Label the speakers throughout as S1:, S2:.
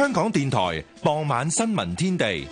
S1: 香港電台傍晚新聞天地。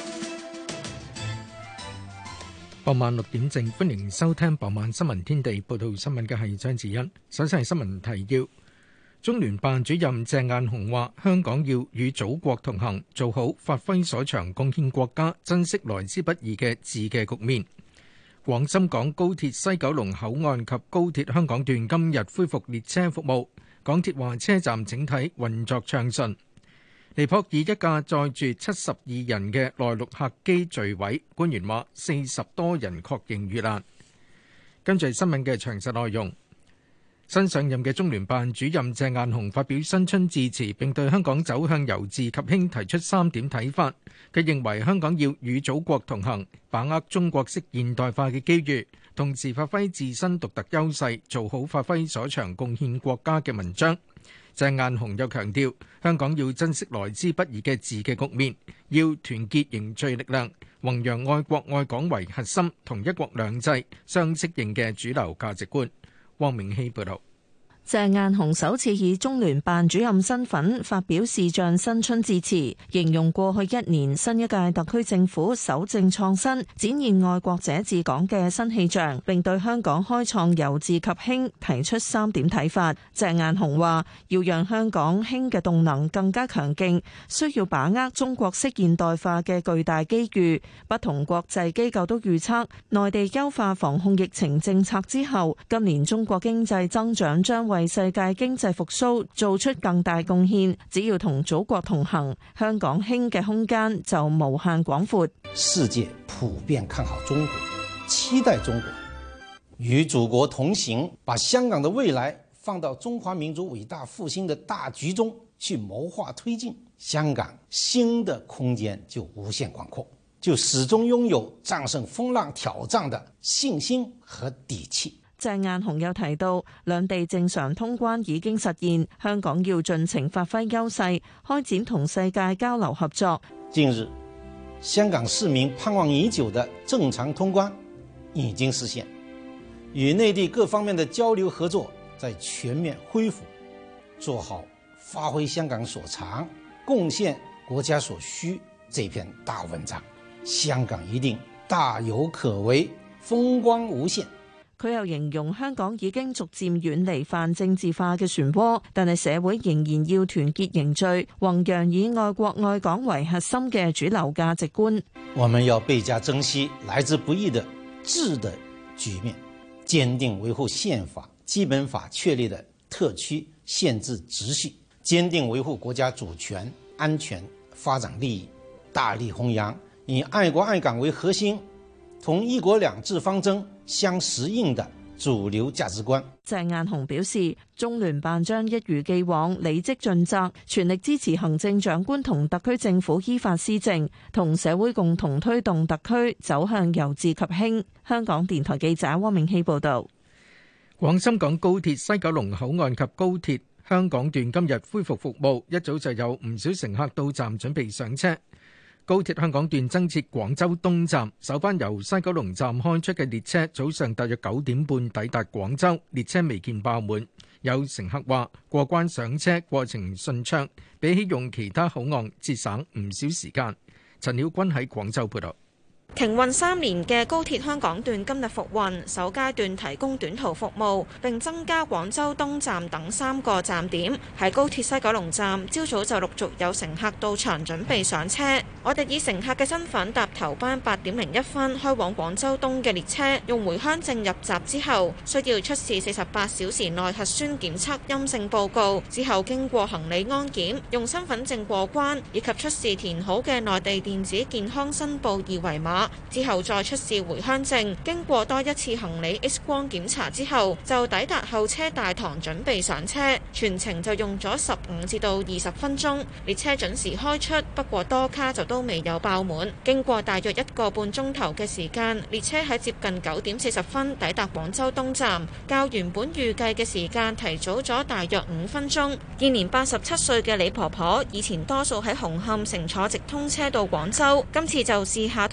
S2: 傍晚6點正，歡迎收聽傍晚新聞天地。報道新聞嘅係張智欣。首先係新聞提要。中聯辦主任鄭雁雄話：香港要與祖國同行，做好發揮所長、貢獻國家、珍惜來之不易嘅治嘅局面。廣深港高鐵西九龍口岸及高鐵香港段今日恢復列車服務，港鐵話車站整體運作暢順。尼泊爾一架載住72人嘅內陸客機墜毀，官員話40多人確認遇難。跟住新聞嘅詳細內容。新上任嘅中聯辦主任鄭雁雄發表新春致辭，並對香港走向由治及興提出3點睇法。佢認為香港要與祖國同行，把握中國式現代化嘅機遇，同時發揮自身獨特優勢，做好發揮所長、貢獻國家嘅文章。鄭雁雄又強調，香港要珍惜來之不易嘅治嘅局面，要團結凝聚力量，弘揚愛國愛港為核心同一國兩制相適應嘅主流價值觀。汪明希報道。
S3: 鄭雁雄首次以中聯辦主任身份發表視像新春致辭，形容過去1年新一屆特區政府守正創新，展現愛國者治港嘅新氣象，並對香港開創由治及興提出3點睇法。鄭雁雄話：要讓香港興嘅動能更加強勁，需要把握中國式現代化嘅巨大機遇。不同國際機構都預測，內地優化防控疫情政策之後，今年中國經濟增長將為世界經濟復甦做出更大貢獻。只要同祖國同行，香港興嘅空間就無限廣闊。
S4: 世界普遍看好中國，期待中國與祖國同行，把香港的未來放到中華民族偉大復興的大局中去謀劃推進，香港新的空間就無限廣闊，就始終擁有戰勝風浪挑戰的信心和底氣。
S3: 鄭雁雄又提到，兩地正常通關已經實現，香港要盡情發揮優勢，開展同世界交流合作。
S4: 近日，香港市民盼望已久的正常通關已經實現，與內地各方面的交流合作在全面恢復，做好發揮香港所長、貢獻國家所需這篇大文章，香港一定大有可為，風光無限。
S3: 佢又形容香港已經逐漸遠離泛政治化嘅漩渦，但係社會仍然要團結凝聚，弘揚以愛國愛港為核心嘅主流價值觀。
S4: 我們要倍加珍惜來之不易的治的局面，堅定維護憲法、基本法確立的特區憲制秩序，堅定維護國家主權、安全、發展利益，大力弘揚以愛國愛港為核心，同一國兩制方針相適應的主流價值觀。
S3: 鄭雁雄表示，中聯辦將一如既往履職盡責，全力支持行政長官同特區政府依法施政，同社會共同推動特區走向由治及興。香港電台記者汪明希報導。
S2: 廣深港高鐵西九龍口岸及高鐵香港段今日恢復服務，一早就有唔少乘客到站準備上車。高鐵香港段增設廣州東站，首班由西九龍站開出嘅列車早上大約9點半抵達廣州，列車未見爆滿。有乘客話過關上車過程順暢，比起用其他口岸節省唔少時間。陳曉君喺廣州報道。
S5: 停運3年嘅高鐵香港段今日復運，首階段提供短途服務，並增加廣州東站等3個站點。喺高鐵西九龍站，朝早就陸續有乘客到場準備上車。我哋以乘客嘅身份搭頭班8點01分開往廣州東嘅列車，用回鄉證入閘之後，需要出示48小時內核酸檢測陰性報告，之後經過行李安檢，用身份證過關，以及出示填好嘅內地電子健康申報2維碼。之後再出示回鄉證，經過多一次行李 X 光檢查之後，就抵達候車大堂準備上車，全程就用咗15至到20分鐘。列車準時開出，不過多卡就都未有爆滿。經過大約1個半鐘頭嘅時間，列車喺接近9點40分抵達廣州東站，較原本預計嘅時間提早咗大約5分鐘。現年87歲嘅李婆婆，以前多數喺紅磡乘坐直通車到廣州，今次就試下同個仔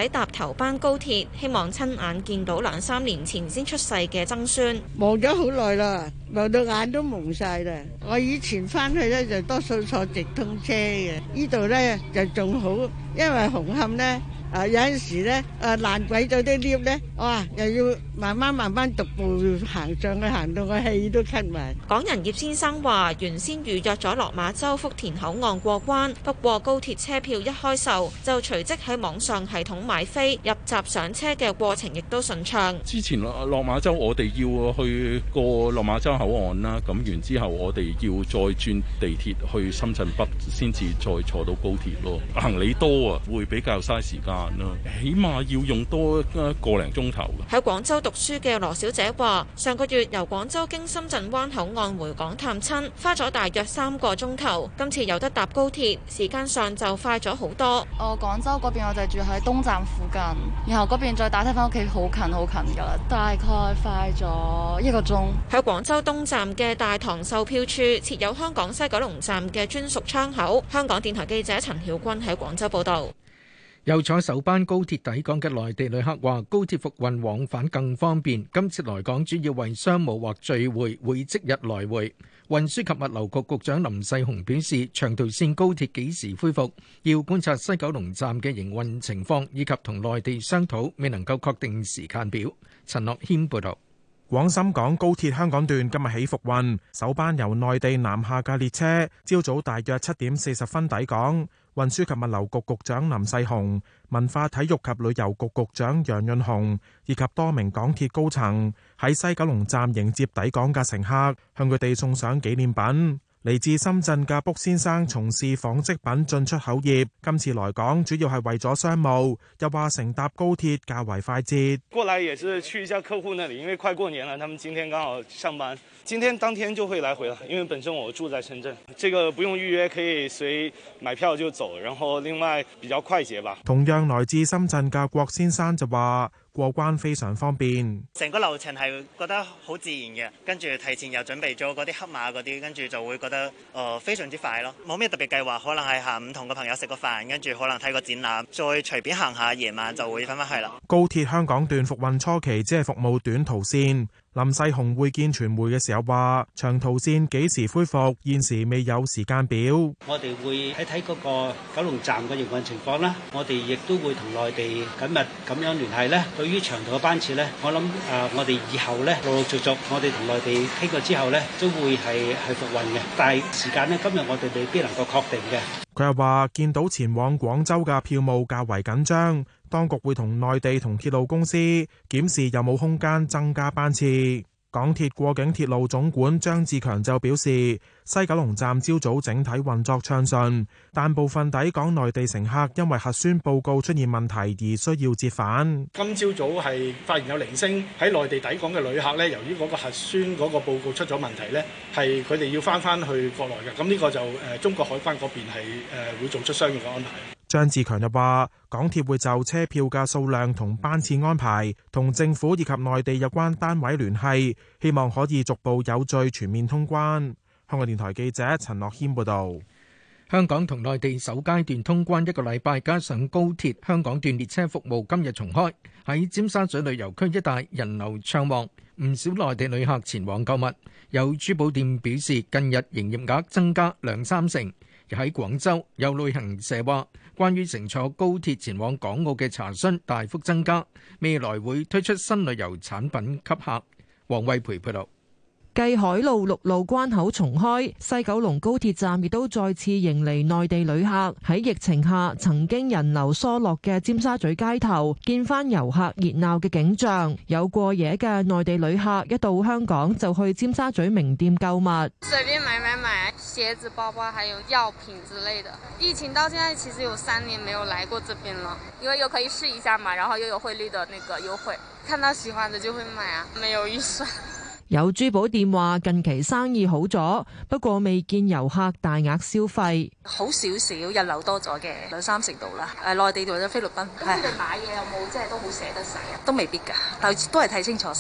S5: 抵搭頭班高鐵，希望親眼見到2-3年前先出世嘅曾孫。
S6: 望咗好耐啦，望到眼都蒙晒啦。我以前翻去咧就多數坐直通車嘅，呢度咧就仲好，因為紅磡咧。有陣時咧，爛鬼咗啲 lift 咧，哇，又要慢慢獨步行上去，行到個氣都咳埋。
S5: 港人葉先生話：原先預約咗落馬洲福田口岸過關，不過高鐵車票一開售，就隨即喺網上系統買飛，入閘上車嘅過程亦都順暢。
S7: 之前落馬洲，我哋要去過落馬洲口岸啦，咁完之後我哋要再轉地鐵去深圳北，先至再坐到高鐵咯。行李多啊，會比較嘥時間。起碼要用多個零鐘頭。
S5: 喺廣州讀書嘅羅小姐話：上個月由廣州經深圳灣口岸回港探親，花咗大約3個鐘頭。今次有得搭高鐵，時間上就快咗好多。
S8: 廣州嗰邊我就住喺東站附近，然後嗰邊再打車翻屋企，好近㗎啦，大概快咗1個鐘。
S5: 喺廣州東站嘅大堂售票處設有香港西九龍站嘅專屬窗口。香港電台記者陳曉君喺廣州報導。
S2: 有坐首班高鐵抵港嘅內地旅客話，高鐵復運往返更方便。今次來港主要為商務或聚會，會即日來回。運輸及物流局局長林世雄表示，長途線高鐵幾時恢復，要觀察西九龍站嘅營運情況，以及同內地商討，未能夠確定時間表。陳樂謙報導。
S9: 廣深港高鐵香港段今日起復運，首班由內地南下嘅列車，朝早大約7點40分抵港。運輸及物流局局長林世雄、文化體育及旅遊局局長楊潤雄以及多名港鐵高層喺西九龍站迎接抵港嘅乘客，向佢哋送上紀念品。嚟自深圳嘅卜先生從事紡織品進出口業，今次來港主要係為咗商務，又話乘搭高鐵較為快捷。
S10: 過來也是去一下客戶那裡，因為快過年了，他們今天剛好上班，今天當天就會來回了。因為本身我住在深圳，這個不用預約，可以隨買票就走，然後另外比較快捷吧。
S9: 同樣來自深圳嘅郭先生就話，過關非常方便，
S11: 成個流程係覺得好自然嘅，跟住提前又準備咗嗰啲黑馬嗰啲，跟住就會覺得非常之快咯。冇咩特別計劃，可能係下午同個朋友食個飯，跟住可能睇個展覽，再隨便行下，夜晚就會返返去啦。
S9: 高鐵香港段復運初期只係服務短途線。林世雄會見傳媒嘅時候話，長途線幾時恢復，現時未有時間表。
S12: 我哋會睇嗰個九龍站嘅營運情況啦。我哋亦都會同內地緊密咁樣聯繫咧。對於長途嘅班次咧，我諗我哋以後咧陸陸續續，我哋同內地傾過之後咧，都會係復運嘅。但係時間咧，今日我哋未必能夠確定嘅。
S9: 佢又話見到前往廣州嘅票務較為緊張，當局會同內地同鐵路公司檢視有冇空間增加班次。港鐵過境鐵路總管張志強就表示，西九龍站朝早整體運作暢順，但部分抵港內地乘客因為核酸報告出現問題而需要折返。
S13: 今朝早係發現有零星喺內地抵港嘅旅客咧，由於嗰個核酸嗰個報告出咗問題咧，係佢哋要翻去國內嘅。咁呢個就中國海關嗰邊係會做出相應嘅安排。
S9: 張志強又話，港鐵會就車票嘅數量同班次安排同政府以及內地有關單位聯繫，希望可以逐步有序全面通關。香港電台記者陳樂謙報道。
S2: 香港同內地首階段通關1個禮拜，加上高鐵香港段列車服務今日重開，喺尖沙咀旅遊區一帶人流暢旺，唔少內地旅客前往購物。有珠寶店表示，近日營業額增加2-3成。而喺廣州，有旅行社話，關於乘坐高鐵前往港澳嘅查詢大幅增加，未來會推出新旅遊產品吸客。黃惠培報道。
S3: 繼海路、陸路關口重開，西九龍高鐵站亦都再次迎嚟內地旅客。喺疫情下曾經人流疏落嘅尖沙咀街頭，見翻遊客熱鬧嘅景象。有過夜嘅內地旅客一到香港就去尖沙咀名店購物，
S14: 隨便買鞋子、包包，還有藥品之類的。疫情到現在其實有3年沒有來過這邊了，因為又可以試一下嘛，然後又有匯率的那個優惠，看到喜歡的就會買啊，沒有預算。
S3: 有珠寶店話近期生意好咗，不過未見遊客大額消費，
S15: 好少少，人流多咗嘅2-3成度啦。內地或者菲律賓。咁佢哋買嘢有冇即係都好捨得使啊？都未必㗎，但都係睇清楚先咯。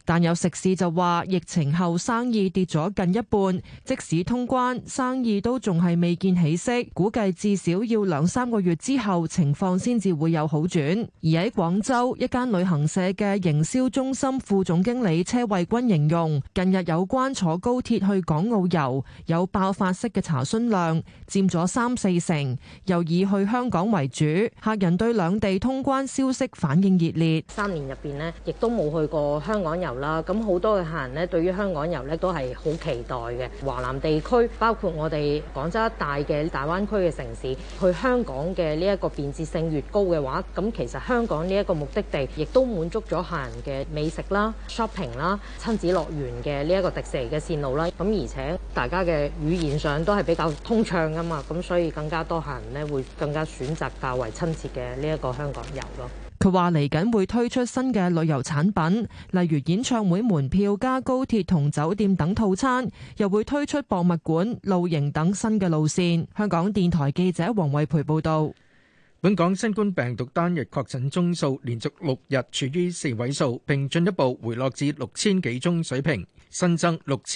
S16: 但有食肆就話疫情後生意跌咗近一半，即使通關，生意都仲係未見起色，估計至少要2-3個月之後情況先至會有好轉。而喺廣州一間旅行社嘅營銷中心副總經理車慧君形容，近日有關坐高鐵去港澳遊有爆發式嘅查詢量，佔咗3-4成，又以去香港為主，客人對兩地通關消息反應熱烈。
S17: 3年入邊呢，亦都冇去過香港遊啦，咁好多嘅客人呢，對於香港遊呢都係好期待嘅。華南地區包括我哋廣州一帶嘅大灣區嘅城市，去香港嘅呢一個便捷性越高嘅話，咁其實香港呢一個目的地亦都滿足咗客人嘅美食啦、shopping 啦、親子樂園嘅呢一個迪士尼嘅線路啦，咁而且大家嘅語言上都係比較通暢噶嘛，咁所以更加多客人呢會更加選擇較為親切嘅呢一個香港遊咯。
S16: 佢話嚟緊會推出新嘅旅遊產品，例如演唱會門票加高鐵同酒店等套餐，又會推出博物館、露營等新嘅路線。香港電台記者黃慧培報道。
S2: 本港新冠病毒單日確診宗數連續6日處於4位數，並進一步回落至6000幾宗水平，新增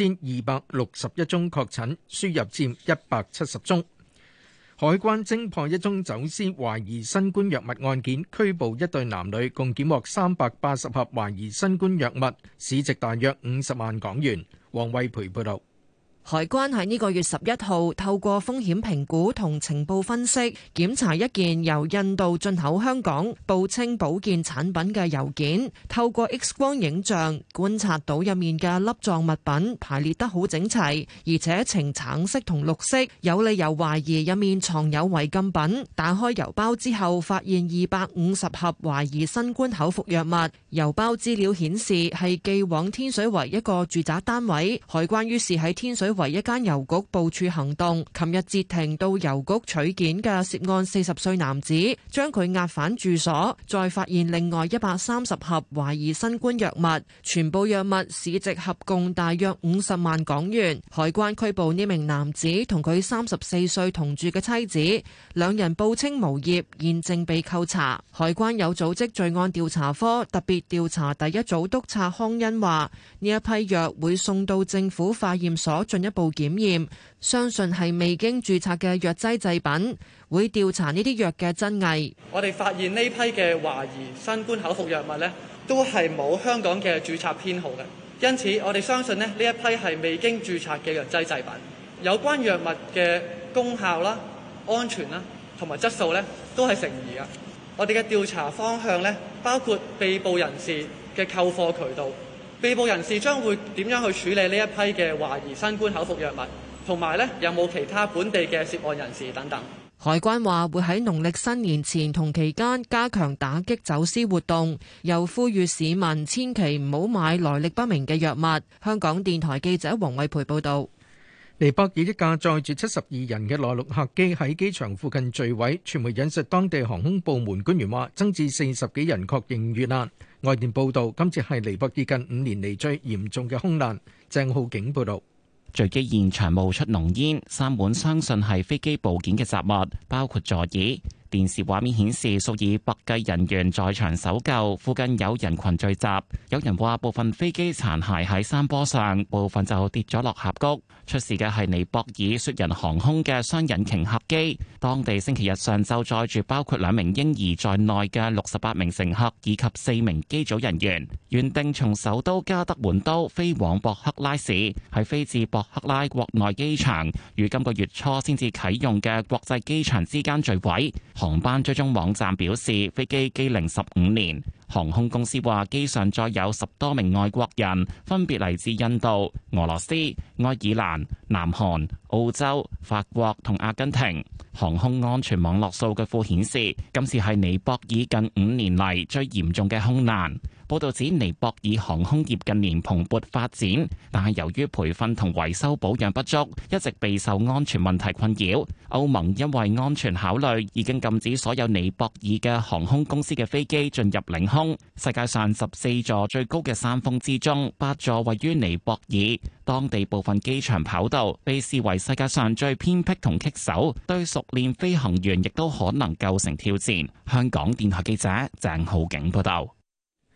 S2: 6261宗確診，輸入佔170宗。海關偵破一宗走私懷疑新冠藥物案件，拘捕一對男女，共檢獲380盒懷疑新冠藥物，市值大約50萬港元。黃惠培報導。
S16: 海關喺呢個月11號透過風險評估同情報分析，檢查一件由印度進口香港報稱保健產品嘅郵件，透過 X 光影像觀察到入面嘅粒狀物品排列得好整齊，而且呈橙色同綠色，有理由懷疑入面藏有違禁品。打開郵包之後，發現250盒懷疑新冠口服藥物。郵包資料顯示係寄往天水圍一個住宅單位，海關於是喺天水為一間郵局部署行動，琴日截停到郵局取件嘅涉案40歲男子，將佢押返住所，再發現另外130盒懷疑新冠藥物，全部藥物市值合共大約50萬港元。海關拘捕呢名男子同佢34歲同住嘅妻子，兩人報稱無業，現正被扣查。海關有組織罪案調查科特別調查第一組督察康恩話：呢一批藥會送到政府化驗所進一步檢驗，相信係未經註冊嘅藥劑製品，會調查呢啲藥嘅真偽。
S18: 我哋發現呢批嘅懷疑新冠口服藥物呢，都係冇香港嘅註冊編號嘅，因此我哋相信呢一批係未經註冊嘅藥劑製品。有關藥物嘅功效啦、安全啦同埋質素呢，都係成疑嘅。我哋嘅調查方向呢，包括被捕人士嘅購貨渠道。被捕人士將會點樣去處理呢一批嘅懷疑新冠口服藥物，同埋有冇其他本地嘅涉案人士等等。
S16: 海關話會喺農曆新年前同期間加強打擊走私活動，又呼籲市民千祈唔好買來歷不明嘅藥物。香港電台記者黃惠培報導。
S2: 尼泊爾一架載住72人嘅內陸客機喺機場附近墜毀，傳媒引述當地航空部門官員話，增至40幾人確認遇難。外電報道，今次係尼泊爾近5年嚟最嚴重嘅空難。鄭浩景報道。
S19: 墜機現場冒出濃煙，散滿相信係飛機部件嘅雜物，包括座椅。電視畫面顯示數以百計人員在場搜救，附近有人群聚集。有人話部分飛機殘骸喺山坡上，部分就跌咗落峽谷。出事嘅係尼泊爾雪人航空嘅雙引擎客機，當地星期日上晝載住包括2名嬰兒在內嘅68名乘客以及4名機組人員，原定從首都加德滿都飛往博克拉市，喺飛至博克拉國內機場與今個月初先至啟用嘅國際機場之間墜毀。航班追蹤網站表示，飛機機齡15年。航空公司話，機上載有10多名外國人，分別嚟自印度、俄羅斯、愛爾蘭、南韓、澳洲、法國同阿根廷。航空安全網絡數據庫顯示，今次係尼泊爾近5年嚟最嚴重嘅空難。報道指尼泊爾航空業近年蓬勃發展，但係由於培訓同維修保養不足，一直備受安全問題困擾。歐盟因為安全考慮，已經禁止所有尼泊爾嘅航空公司嘅飛機進入領空。世界上14座最高嘅山峰之中，8座位於尼泊爾，當地部分機場跑道被視為世界上最偏僻同棘手，對熟練飛行員亦都可能構成挑戰。香港電台記者鄭浩景報道。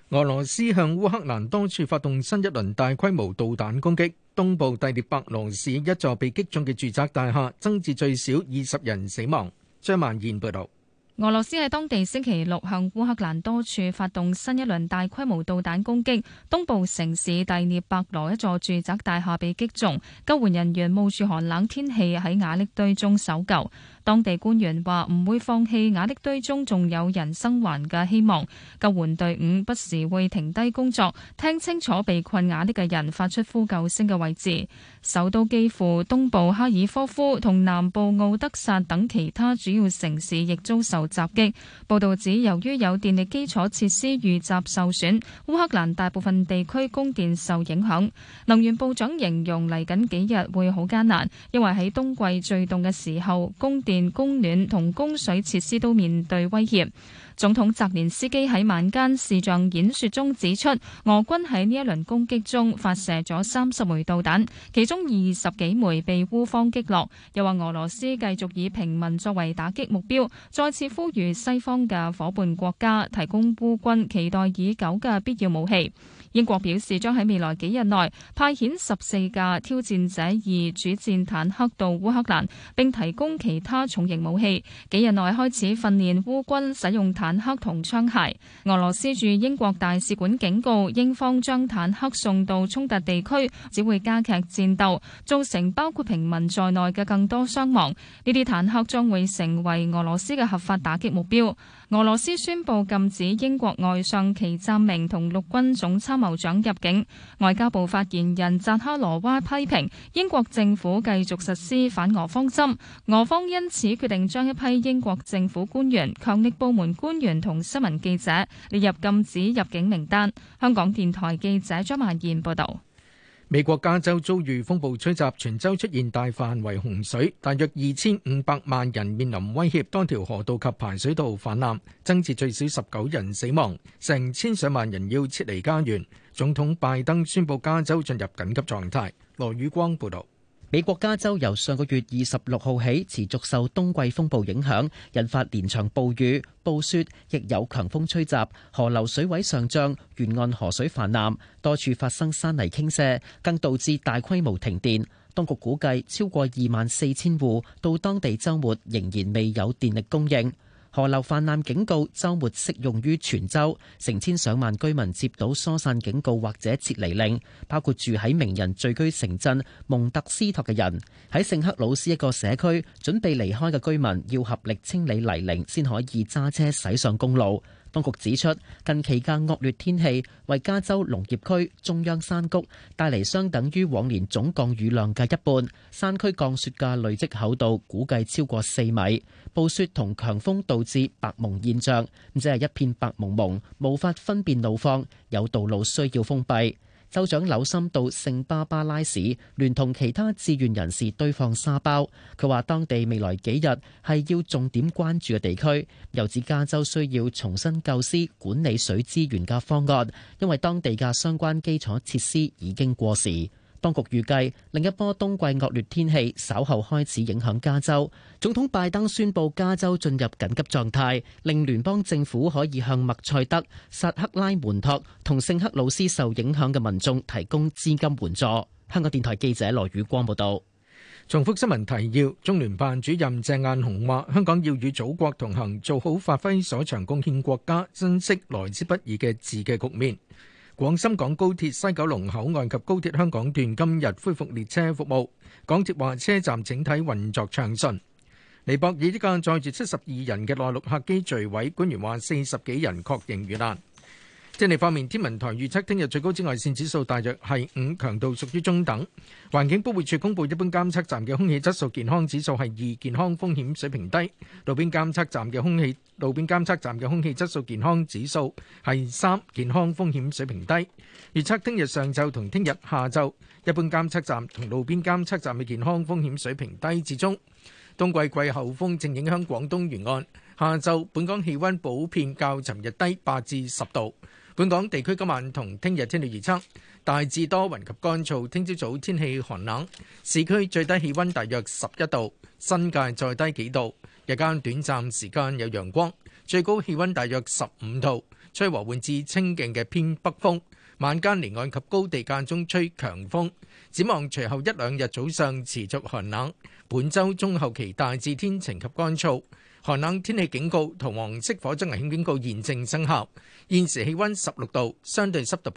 S2: 俄羅斯向烏克蘭多處發動新一輪大規模導彈攻擊，東部第聶伯羅市一座被擊中嘅住宅大廈增至最少20人死亡。張曼燕報導。
S20: 俄羅斯喺當地星期六向烏克蘭多處發動新一輪大規模導彈攻擊，東部城市第聶伯羅一座住宅大廈被擊中，救援人員冒住寒冷天氣喺瓦礫堆中搜救。當地官員話唔會放棄瓦礫堆中仲有人生還嘅希望，救援隊伍不時會停低工作，聽清楚被困瓦礫嘅人發出呼救聲嘅位置。首都基輔、東部哈爾科夫同南部奧德薩等其他主要城市亦遭受襲擊。報道指，由於有電力基礎設施遇襲受損，烏克蘭大部分地區供電受影響。能源部長形容嚟緊幾日會好艱難，因為喺冬季最凍嘅時候，供電、供暖同供水設施都面對威脅。總統澤連斯基喺晚間視像演說中指出，俄軍喺呢一輪攻擊中發射咗30枚導彈，其中20幾枚被烏方擊落。又話俄羅斯繼續以平民作為打擊目標，再次呼籲西方嘅夥伴國家提供烏軍期待已久嘅必要武器。英國表示將喺未來幾日內派遣14架挑戰者2主戰坦克到烏克蘭，並提供其他重型武器。幾日內開始訓練烏軍使用坦克同槍械。俄羅斯駐英國大使館警告，英方將坦克送到衝突地區，只會加劇戰鬥，造成包括平民在內嘅更多傷亡。呢啲坦克將會成為俄羅斯嘅合法打擊目標。俄羅斯宣布禁止英國外相祁湛明同陸軍總參謀長入境。外交部發言人扎哈羅娃批評英國政府繼續實施反俄方針，俄方因此決定將一批英國政府官員、強力部門官員同新聞記者列入禁止入境名單。香港電台記者張曼燕報道。
S2: 美國加州遭遇風暴吹襲，全州出現大範圍洪水，大約2500萬人面臨威脅，多條河道及排水道氾濫，增至最少19人死亡，成千上萬人要撤離家園。總統拜登宣布加州進入緊急狀態。羅宇光報道。
S21: 美國加州由上個月26號起持續受冬季風暴影響，引發連場暴雨、暴雪，亦有強風吹襲，河流水位上漲，沿岸河水泛濫，多處發生山泥傾瀉，更導致大規模停電。當局估計超過24000戶到當地週末仍然未有電力供應。河流泛濫警告週末適用於全州，成千上萬居民接到疏散警告或者撤離令，包括住喺名人聚居城鎮蒙特斯托嘅人。喺聖克魯斯一個社區，準備離開嘅居民要合力清理泥濘先可以揸車駛上公路。當局指出，近期嘅惡劣天氣為加州農業區中央山谷帶嚟相等於往年總降雨量嘅一半，山區降雪嘅累積厚度估計超過4米。暴雪同強風導致白蒙現象，即係一片白蒙蒙，無法分辨路況，有道路需要封閉。州長紐森到聖巴巴拉市，聯同其他志願人士堆放沙包。佢話當地未來幾日係要重點關注嘅地區，又指加州需要重新構思管理水資源嘅方案，因為當地嘅相關基礎設施已經過時。當局預計另一波冬季惡劣天氣稍後開始影響加州。總統拜登宣布加州進入緊急狀態，令聯邦政府可以向麥塞德、薩克拉門托同聖克魯斯受影響嘅民眾提供資金援助。香港電台記者羅宇光報道。
S2: 重複新聞提要：中聯辦主任鄭雁雄話，香港要與祖國同行，做好發揮所長，貢獻國家，珍惜來之不易嘅治嘅局面。廣深港高鐵西九龍口岸及高鐵香港段今日恢復列車服務，港鐵話車站整體運作暢順。尼泊爾一架載住72人嘅內陸客機墜毀，官員話40幾人確認遇難。天氣方面，天文台預測聽日最高紫外線指數大約係5，強度屬於中等。環境保護署公布一般監測站嘅空氣質素健康指數係2，健康風險水平低；路邊監測站嘅空氣質素健康指數係3，健康風險水平低。預測聽日上晝同聽日下晝，一般監測站同路邊監測站嘅健康風險水平低至中。冬季季候風正影響廣東沿岸，下晝本港氣溫普遍較尋日低8至10度。本港地區今晚同聽日天氣預測，大致多雲及乾燥，聽朝早天氣寒冷，市區最低氣溫大約11度，新界再低幾度，日間短暫時間有陽光，最高氣溫大約15度， 吹和緩至清勁嘅偏北風，晚間離岸及高地間中吹強風。展望隨後一兩日早上持續寒冷，本週中後期大致天晴及乾燥。寒冷天氣警告同黃色火災危險警告現正生效。現時氣溫16度，相對濕度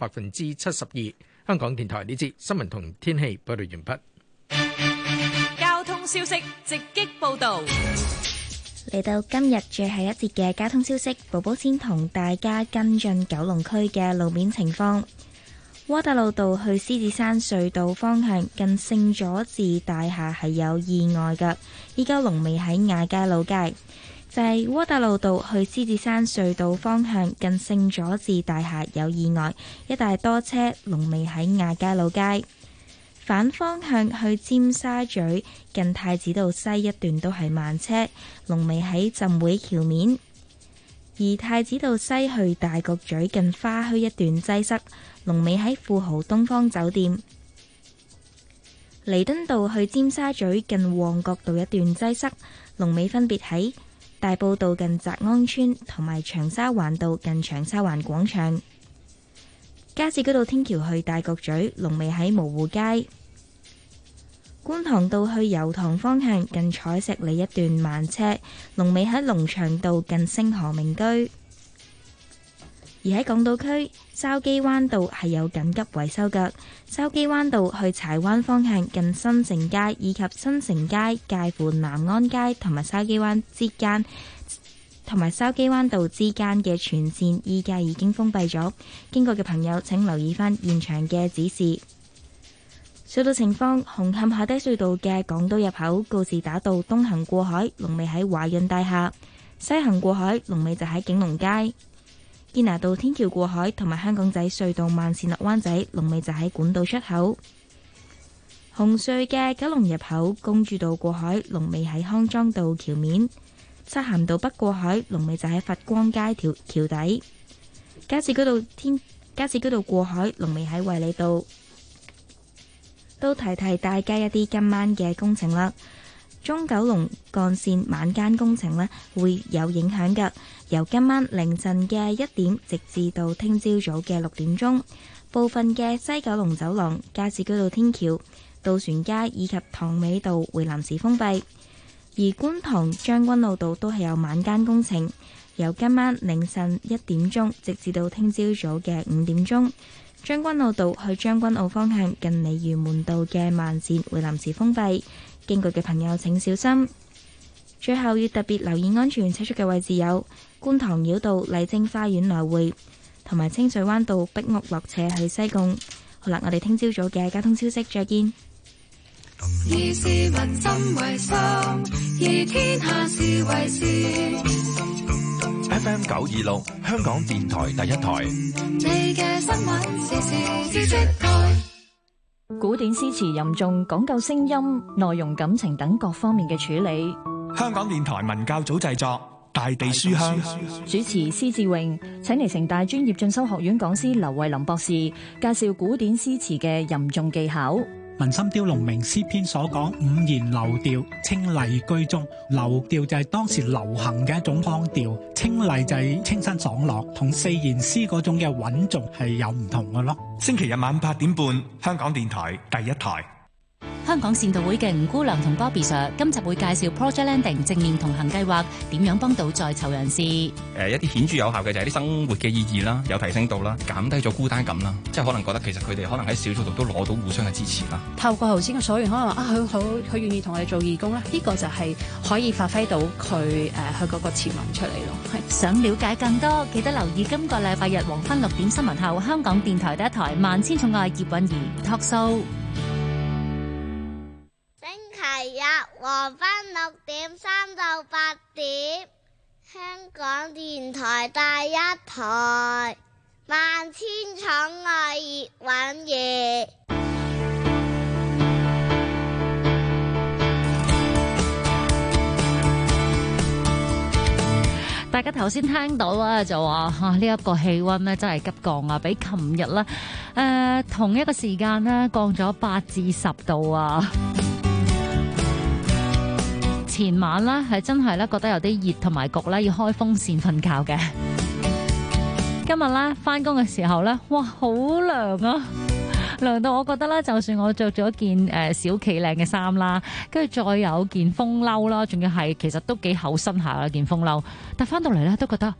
S2: 72%。香港電台呢節新聞同天氣報道完畢。
S1: 交通消息直擊報道。
S22: 嚟到今日最後一節嘅交通消息，寶寶先同大家跟進九龍區嘅路面情況。窩打老道去獅子山隧道方向近聖佐治大廈係有意外嘅，依家龍尾喺亞皆老街。就係窩打老道去獅子山隧道方向近聖佐治大廈有意外，一帶多車，龍尾喺亞皆老街。反方向去尖沙咀近太子道西一段都係慢車，龍尾喺浸會橋面。而太子道西去大角咀近花墟一段擠塞，龍尾喺富豪東方酒店。彌敦道去尖沙咀近旺角道一段擠塞，龍尾分別喺大埔道近澤安村同埋長沙灣道近長沙灣廣場。加士居道天橋去大角咀，龍尾喺蕪湖街。觀塘道去油塘方向近彩石里一段慢車，龍尾喺龍翔道近星河名居。而喺港島區筲箕灣道係有緊急維修嘅，筲箕灣道去柴灣方向近新城街以及新城街介乎南安街同埋筲箕灣之間同埋筲箕灣道之間嘅全線依家已經封閉咗，經過嘅朋友請留意返現場嘅指示。隧道情況：紅磡海底隧道嘅港島入口告士打道東行過海，龍尾喺華潤大廈；西行過海，龍尾就喺景隆街。堅拿道天橋過海同埋香港仔隧道慢線落灣仔，龍尾就喺管道出口。紅隧嘅九龍入口公主道過海，龍尾喺康莊道橋面；漆咸道北過海，龍尾就喺佛光街橋底。加士居道過海，龍尾喺衛理道。都提大家一啲今晚嘅工程啦。中九龍幹線晚間工程呢會有影響嘅，由今晚凌晨嘅1點直至到聽朝早嘅6點鐘，部分嘅西九龍走廊、加士居道天橋、渡船街以及塘尾道會臨時封閉。而觀塘將軍澳道都係有晚間工程，由今晚凌晨1點鐘直至到聽朝早嘅5點鐘。將軍澳道去將軍澳方向近鯉魚門道嘅慢線會臨時封閉，經過嘅朋友請小心。最後要特別留意安全車速嘅位置有觀塘繞道麗晶花園來回，同埋清水灣道壁屋落斜去西貢。好啦，我哋聽朝早嘅交通消息再見。
S23: 以市民心為心，以天下事為事。
S24: FM 926香港電台第一台。
S23: 你嘅新聞時事知識台。
S25: 古典詩詞吟誦講究聲音、內容、感情等各方面嘅處理。
S26: 香港電台文教組製作《大地書香》，
S25: 主持施志榮，請嚟城大專業進修學院講師劉慧琳博士介紹古典詩詞嘅吟誦技巧。
S27: 文心雕龍明詩篇所講五言流調，清麗居中。流調就係當時流行嘅一種腔調，清麗就係清新爽朗，同四言詩嗰種嘅穩重係有唔同嘅咯。
S26: 星期日晚8點半，香港電台第一台。
S28: 香港善導會嘅吳姑娘同 Bobby Sir 今集會介紹 Project Landing 正面同行計劃點樣幫到在囚人士。
S29: 一啲顯著有效嘅就係啲生活嘅意義啦，有提升到啦，減低咗孤單感啦，即係可能覺得其實佢哋可能喺小組度都攞到互相嘅支持啦。
S30: 透過頭先嘅所言，可能佢願意同我哋做義工咧，呢個就係可以發揮到佢嗰個潛能出嚟咯。係
S28: 想了解更多，記得留意今個禮拜日黃昏6點新聞後，香港電台第一台萬千寵愛葉韻儀 Talk Show。
S31: 星期日黃昏6點3到8點，香港電台第一台，萬千寵愛葉韻儀。
S28: 大家頭先聽到啦，就話呢一個氣溫咧真係急降啊，比琴日咧同一個時間咧降咗8至10度啊。前晚咧係真係咧覺得有啲熱同埋焗咧，要開風扇瞓覺嘅。 今日咧翻工嘅時候咧，哇，好涼啊！涼到我覺得咧，就算我着咗件小企靚嘅衫啦，跟住再有件風褸啦，仲要係其實都幾厚身下嘅件風褸，但翻到嚟咧都覺得